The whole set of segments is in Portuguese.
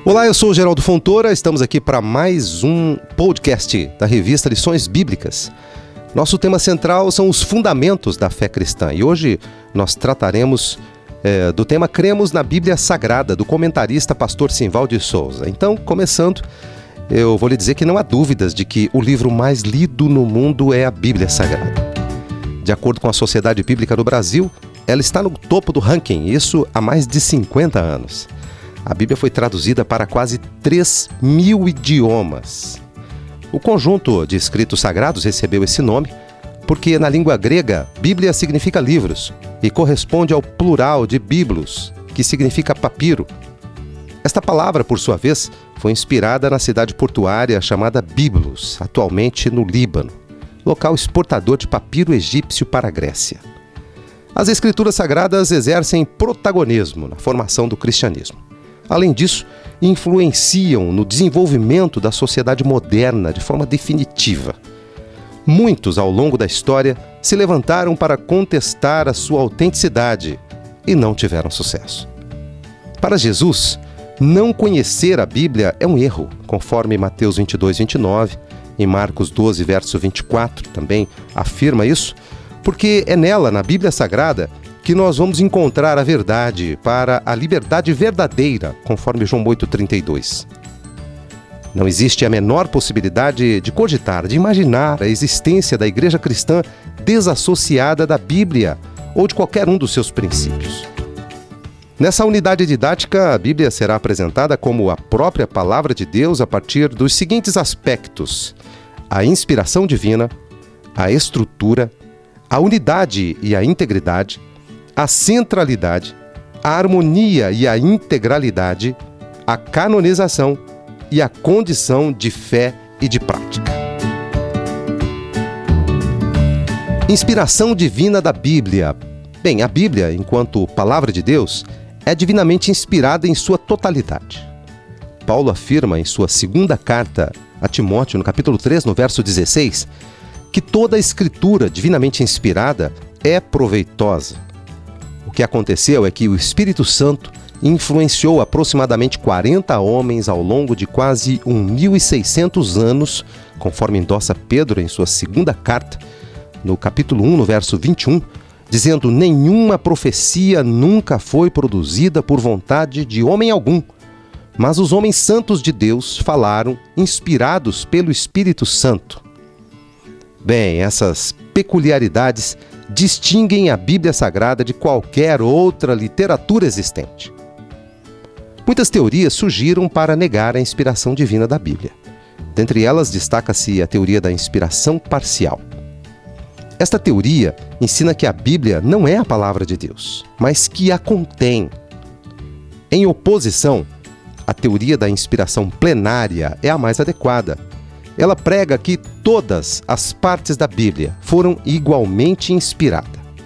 Olá, eu sou o Geraldo Fontoura, estamos aqui para mais um podcast da revista Lições Bíblicas. Nosso tema central são os fundamentos da fé cristã e hoje nós trataremos do tema Cremos na Bíblia Sagrada, do comentarista pastor Simval de Souza. Então, começando, eu vou lhe dizer que não há dúvidas de que o livro mais lido no mundo é a Bíblia Sagrada. De acordo com a Sociedade Bíblica do Brasil, ela está no topo do ranking, isso há mais de 50 anos. A Bíblia foi traduzida para quase 3.000 idiomas. O conjunto de escritos sagrados recebeu esse nome porque, na língua grega, Bíblia significa livros e corresponde ao plural de biblos, que significa papiro. Esta palavra, por sua vez, foi inspirada na cidade portuária chamada Byblos, atualmente no Líbano, local exportador de papiro egípcio para a Grécia. As escrituras sagradas exercem protagonismo na formação do cristianismo. Além disso, influenciam no desenvolvimento da sociedade moderna de forma definitiva. Muitos, ao longo da história, se levantaram para contestar a sua autenticidade e não tiveram sucesso. Para Jesus, não conhecer a Bíblia é um erro, conforme Mateus 22, 29, e Marcos 12, verso 24 também afirma isso, porque é nela, na Bíblia Sagrada, que nós vamos encontrar a verdade para a liberdade verdadeira, conforme João 8,32. Não existe a menor possibilidade de cogitar, de imaginar a existência da igreja cristã desassociada da Bíblia ou de qualquer um dos seus princípios. Nessa unidade didática, a Bíblia será apresentada como a própria palavra de Deus a partir dos seguintes aspectos: a inspiração divina, a estrutura, a unidade e a integridade, a centralidade, a harmonia e a integralidade, a canonização e a condição de fé e de prática. Inspiração divina da Bíblia. Bem, a Bíblia, enquanto palavra de Deus, é divinamente inspirada em sua totalidade. Paulo afirma em sua segunda carta a Timóteo, no capítulo 3, no verso 16, que toda a escritura divinamente inspirada é proveitosa. O que aconteceu é que o Espírito Santo influenciou aproximadamente 40 homens ao longo de quase 1.600 anos, conforme endossa Pedro em sua segunda carta, no capítulo 1, no verso 21, dizendo: nenhuma profecia nunca foi produzida por vontade de homem algum, mas os homens santos de Deus falaram, inspirados pelo Espírito Santo. Bem, essas peculiaridades distinguem a Bíblia Sagrada de qualquer outra literatura existente. Muitas teorias surgiram para negar a inspiração divina da Bíblia. Dentre elas, destaca-se a teoria da inspiração parcial. Esta teoria ensina que a Bíblia não é a palavra de Deus, mas que a contém. Em oposição, a teoria da inspiração plenária é a mais adequada. Ela prega que todas as partes da Bíblia foram igualmente inspiradas.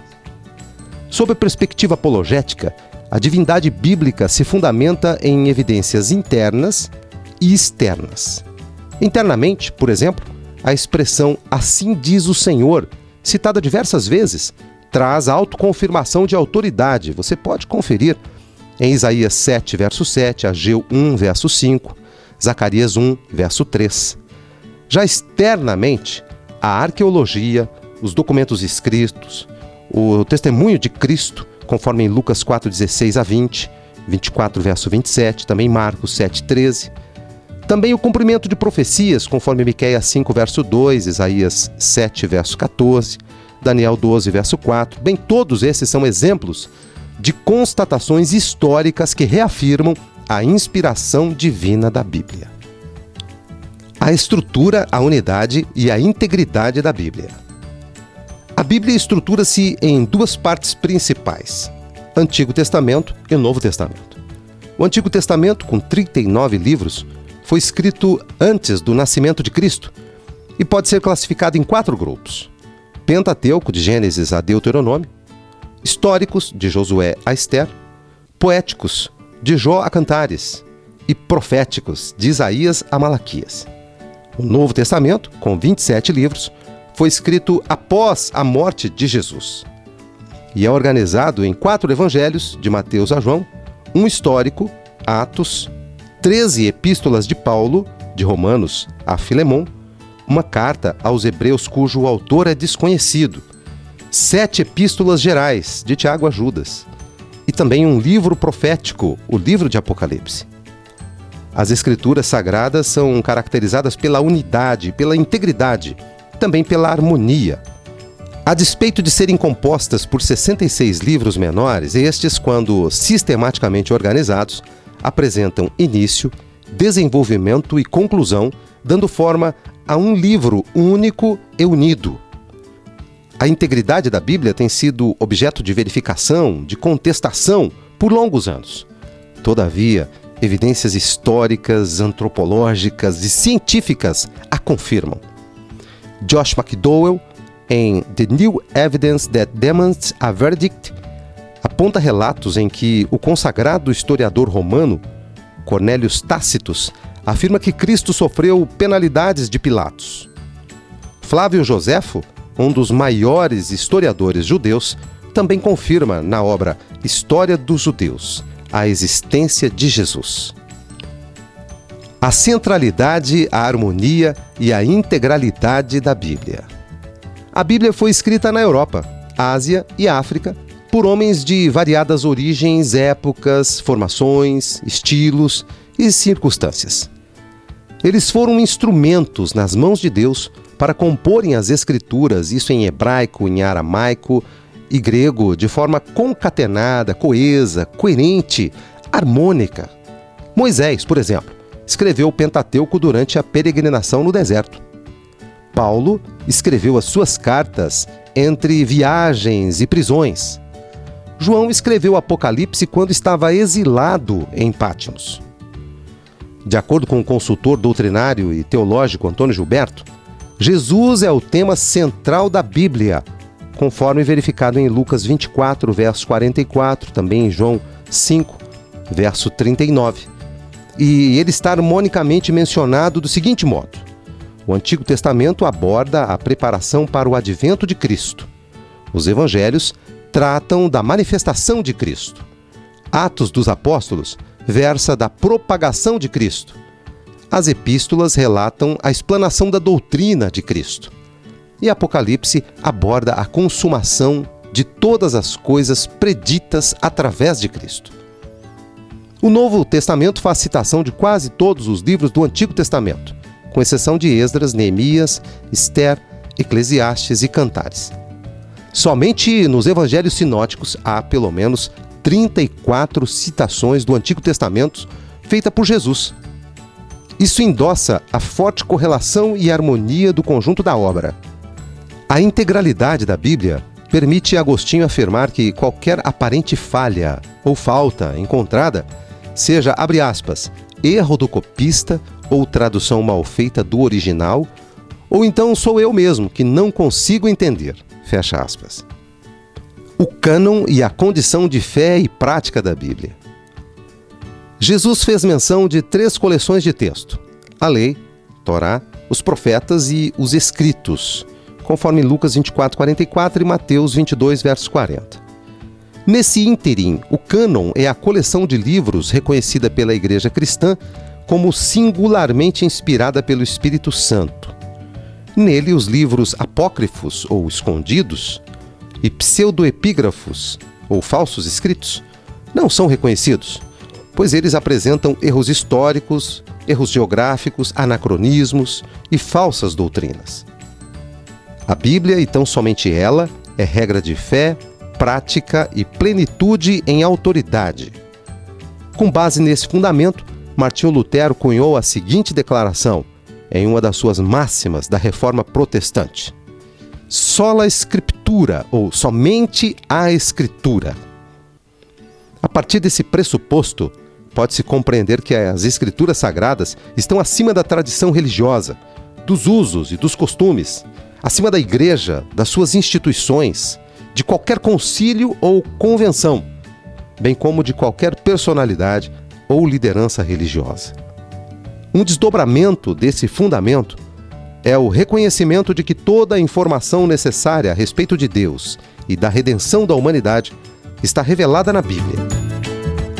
Sob a perspectiva apologética, a divindade bíblica se fundamenta em evidências internas e externas. Internamente, por exemplo, a expressão "assim diz o Senhor", citada diversas vezes, traz a autoconfirmação de autoridade. Você pode conferir em Isaías 7, verso 7, Ageu 1, verso 5, Zacarias 1, verso 3. Já externamente, a arqueologia, os documentos escritos, o testemunho de Cristo, conforme em Lucas 4, 16 a 20, 24, verso 27, também Marcos 7, 13. Também o cumprimento de profecias, conforme Miqueias 5, verso 2, Isaías 7, verso 14, Daniel 12, verso 4. Bem, todos esses são exemplos de constatações históricas que reafirmam a inspiração divina da Bíblia. A estrutura, a unidade e a integridade da Bíblia. A Bíblia estrutura-se em duas partes principais: Antigo Testamento e Novo Testamento. O Antigo Testamento, com 39 livros, foi escrito antes do nascimento de Cristo e pode ser classificado em 4 grupos: Pentateuco, de Gênesis a Deuteronômio; históricos, de Josué a Ester; poéticos, de Jó a Cantares; e proféticos, de Isaías a Malaquias. O Novo Testamento, com 27 livros, foi escrito após a morte de Jesus e é organizado em 4 evangelhos, de Mateus a João, um histórico, Atos, 13 epístolas de Paulo, de Romanos a Filemon, uma carta aos Hebreus cujo autor é desconhecido, 7 epístolas gerais de Tiago a Judas e também um livro profético, o livro de Apocalipse. As Escrituras Sagradas são caracterizadas pela unidade, pela integridade, também pela harmonia. A despeito de serem compostas por 66 livros menores, estes, quando sistematicamente organizados, apresentam início, desenvolvimento e conclusão, dando forma a um livro único e unido. A integridade da Bíblia tem sido objeto de verificação, de contestação por longos anos. Todavia, evidências históricas, antropológicas e científicas a confirmam. Josh McDowell, em The New Evidence That Demands a Verdict, aponta relatos em que o consagrado historiador romano, Cornélius Tácitus, afirma que Cristo sofreu penalidades de Pilatos. Flávio Joséfo, um dos maiores historiadores judeus, também confirma na obra História dos Judeus a existência de Jesus. A centralidade, a harmonia e a integralidade da Bíblia. A Bíblia foi escrita na Europa, Ásia e África por homens de variadas origens, épocas, formações, estilos e circunstâncias. Eles foram instrumentos nas mãos de Deus para comporem as Escrituras, isso em hebraico, em aramaico e grego, de forma concatenada, coesa, coerente, harmônica. Moisés, por exemplo, escreveu o Pentateuco durante a peregrinação no deserto. Paulo escreveu as suas cartas entre viagens e prisões. João escreveu o Apocalipse quando estava exilado em Patmos. De acordo com o consultor doutrinário e teológico Antônio Gilberto, Jesus é o tema central da Bíblia, conforme verificado em Lucas 24, verso 44, também em João 5, verso 39. E ele está harmonicamente mencionado do seguinte modo: o Antigo Testamento aborda a preparação para o advento de Cristo. Os Evangelhos tratam da manifestação de Cristo. Atos dos Apóstolos versa da propagação de Cristo. As epístolas relatam a explanação da doutrina de Cristo. E Apocalipse aborda a consumação de todas as coisas preditas através de Cristo. O Novo Testamento faz citação de quase todos os livros do Antigo Testamento, com exceção de Esdras, Neemias, Ester, Eclesiastes e Cantares. Somente nos Evangelhos sinóticos há pelo menos 34 citações do Antigo Testamento feitas por Jesus. Isso endossa a forte correlação e harmonia do conjunto da obra. A integralidade da Bíblia permite Agostinho afirmar que qualquer aparente falha ou falta encontrada, seja, abre aspas, erro do copista ou tradução mal feita do original, ou então sou eu mesmo que não consigo entender, fecha aspas. O cânon e a condição de fé e prática da Bíblia. Jesus fez menção de 3 coleções de texto: a lei, Torá, os profetas e os escritos, conforme Lucas 24, 44 e Mateus 22, verso 40. Nesse ínterim, o cânon é a coleção de livros reconhecida pela Igreja cristã como singularmente inspirada pelo Espírito Santo. Nele, os livros apócrifos ou escondidos e pseudoepígrafos ou falsos escritos não são reconhecidos, pois eles apresentam erros históricos, erros geográficos, anacronismos e falsas doutrinas. A Bíblia, e tão somente ela, é regra de fé, prática e plenitude em autoridade. Com base nesse fundamento, Martinho Lutero cunhou a seguinte declaração em uma das suas máximas da Reforma Protestante: sola Scriptura, ou somente a Escritura. A partir desse pressuposto, pode-se compreender que as Escrituras Sagradas estão acima da tradição religiosa, dos usos e dos costumes, acima da Igreja, das suas instituições, de qualquer concílio ou convenção, bem como de qualquer personalidade ou liderança religiosa. Um desdobramento desse fundamento é o reconhecimento de que toda a informação necessária a respeito de Deus e da redenção da humanidade está revelada na Bíblia.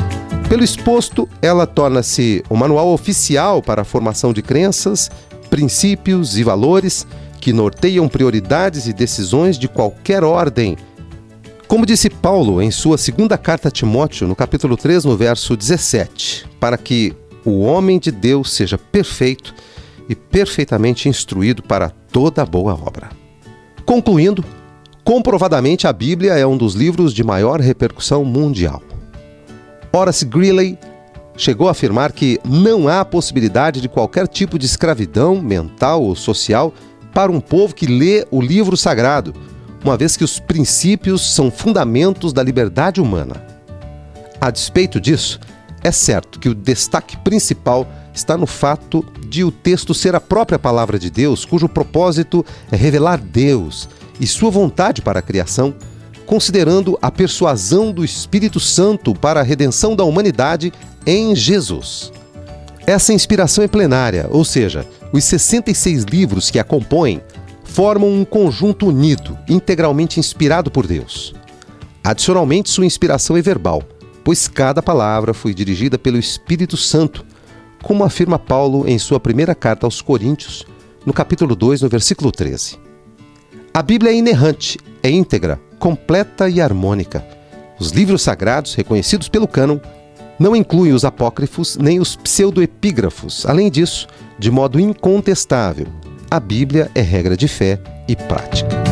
Pelo exposto, ela torna-se um manual oficial para a formação de crenças, princípios e valores que norteiam prioridades e decisões de qualquer ordem. Como disse Paulo em sua segunda carta a Timóteo, no capítulo 3, no verso 17, para que o homem de Deus seja perfeito e perfeitamente instruído para toda boa obra. Concluindo, comprovadamente a Bíblia é um dos livros de maior repercussão mundial. Horace Greeley chegou a afirmar que não há possibilidade de qualquer tipo de escravidão mental ou social para um povo que lê o livro sagrado, uma vez que os princípios são fundamentos da liberdade humana. A despeito disso, é certo que o destaque principal está no fato de o texto ser a própria palavra de Deus, cujo propósito é revelar Deus e sua vontade para a criação, considerando a persuasão do Espírito Santo para a redenção da humanidade em Jesus. Essa inspiração é plenária, ou seja, os 66 livros que a compõem formam um conjunto unido, integralmente inspirado por Deus. Adicionalmente, sua inspiração é verbal, pois cada palavra foi dirigida pelo Espírito Santo, como afirma Paulo em sua primeira carta aos Coríntios, no capítulo 2, no versículo 13. A Bíblia é inerrante, é íntegra, completa e harmônica. Os livros sagrados, reconhecidos pelo cânon, não incluem os apócrifos nem os pseudoepígrafos. Além disso, de modo incontestável, a Bíblia é regra de fé e prática.